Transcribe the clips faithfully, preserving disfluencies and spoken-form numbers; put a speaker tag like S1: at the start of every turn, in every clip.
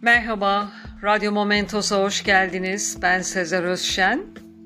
S1: Merhaba, Radyo Momentos'a hoş geldiniz. Ben Sezer Özşen.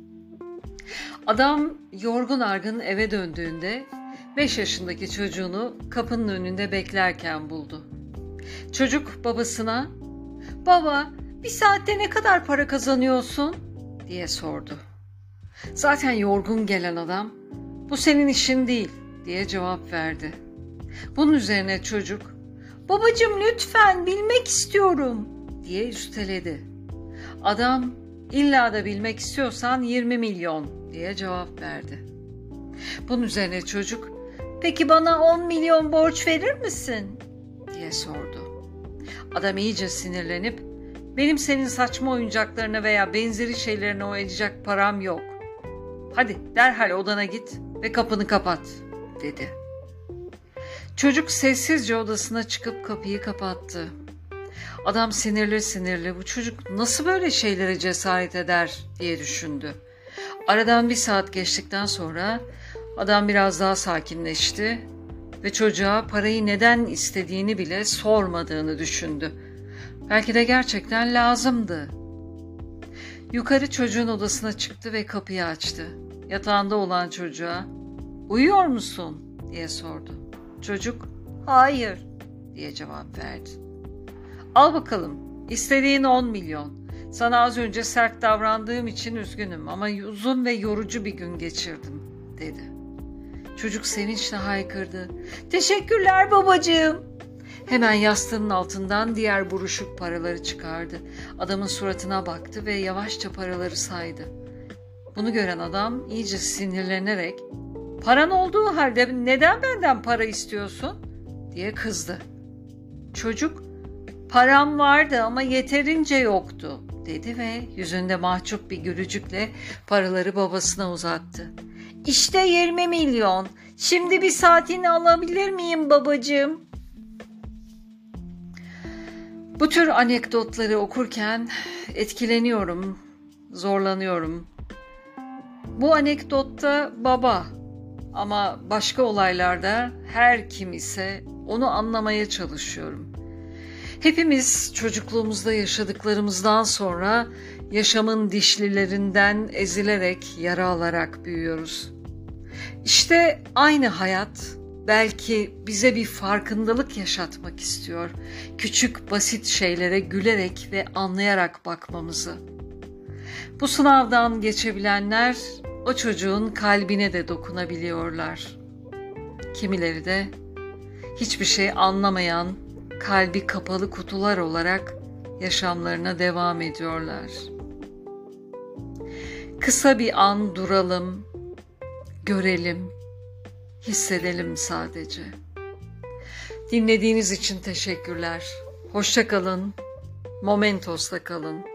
S1: Adam yorgun argın eve döndüğünde beş yaşındaki çocuğunu kapının önünde beklerken buldu. Çocuk babasına, "Baba, bir saatte ne kadar para kazanıyorsun?" diye sordu. Zaten yorgun gelen adam, "Bu senin işin değil," diye cevap verdi. Bunun üzerine çocuk, "Babacığım lütfen bilmek istiyorum," diye üsteledi. Adam, "İlla da bilmek istiyorsan yirmi milyon," diye cevap verdi. Bunun üzerine çocuk, "Peki bana on milyon borç verir misin?" diye sordu. Adam iyice sinirlenip, "Benim senin saçma oyuncaklarına veya benzeri şeylerine oynayacak param yok. Hadi derhal odana git ve kapını kapat," dedi. Çocuk sessizce odasına çıkıp kapıyı kapattı. Adam sinirli sinirli, "Bu çocuk nasıl böyle şeylere cesaret eder?" diye düşündü. Aradan bir saat geçtikten sonra adam biraz daha sakinleşti ve çocuğa parayı neden istediğini bile sormadığını düşündü. Belki de gerçekten lazımdı. Yukarı çocuğun odasına çıktı ve kapıyı açtı. Yatağında olan çocuğa, "Uyuyor musun?" diye sordu. Çocuk, "Hayır," diye cevap verdi. "Al bakalım, istediğin on milyon. Sana az önce sert davrandığım için üzgünüm ama uzun ve yorucu bir gün geçirdim," dedi. Çocuk sevinçle haykırdı. "Teşekkürler babacığım." Hemen yastığının altından diğer buruşuk paraları çıkardı. Adamın suratına baktı ve yavaşça paraları saydı. Bunu gören adam iyice sinirlenerek, "Paran olduğu halde neden benden para istiyorsun?" diye kızdı. Çocuk, "Param vardı ama yeterince yoktu," dedi ve yüzünde mahcup bir gülücükle paraları babasına uzattı. "İşte yirmi milyon. Şimdi bir saatini alabilir miyim babacığım?" Bu tür anekdotları okurken etkileniyorum, zorlanıyorum. Bu anekdotta baba ama başka olaylarda her kim ise onu anlamaya çalışıyorum. Hepimiz çocukluğumuzda yaşadıklarımızdan sonra yaşamın dişlilerinden ezilerek, yara alarak büyüyoruz. İşte aynı hayat belki bize bir farkındalık yaşatmak istiyor. Küçük basit şeylere gülerek ve anlayarak bakmamızı. Bu sınavdan geçebilenler o çocuğun kalbine de dokunabiliyorlar. Kimileri de hiçbir şey anlamayan, kalbi kapalı kutular olarak yaşamlarına devam ediyorlar. Kısa bir an duralım, görelim, hissedelim sadece. Dinlediğiniz için teşekkürler. Hoşça kalın, Momentos'ta kalın.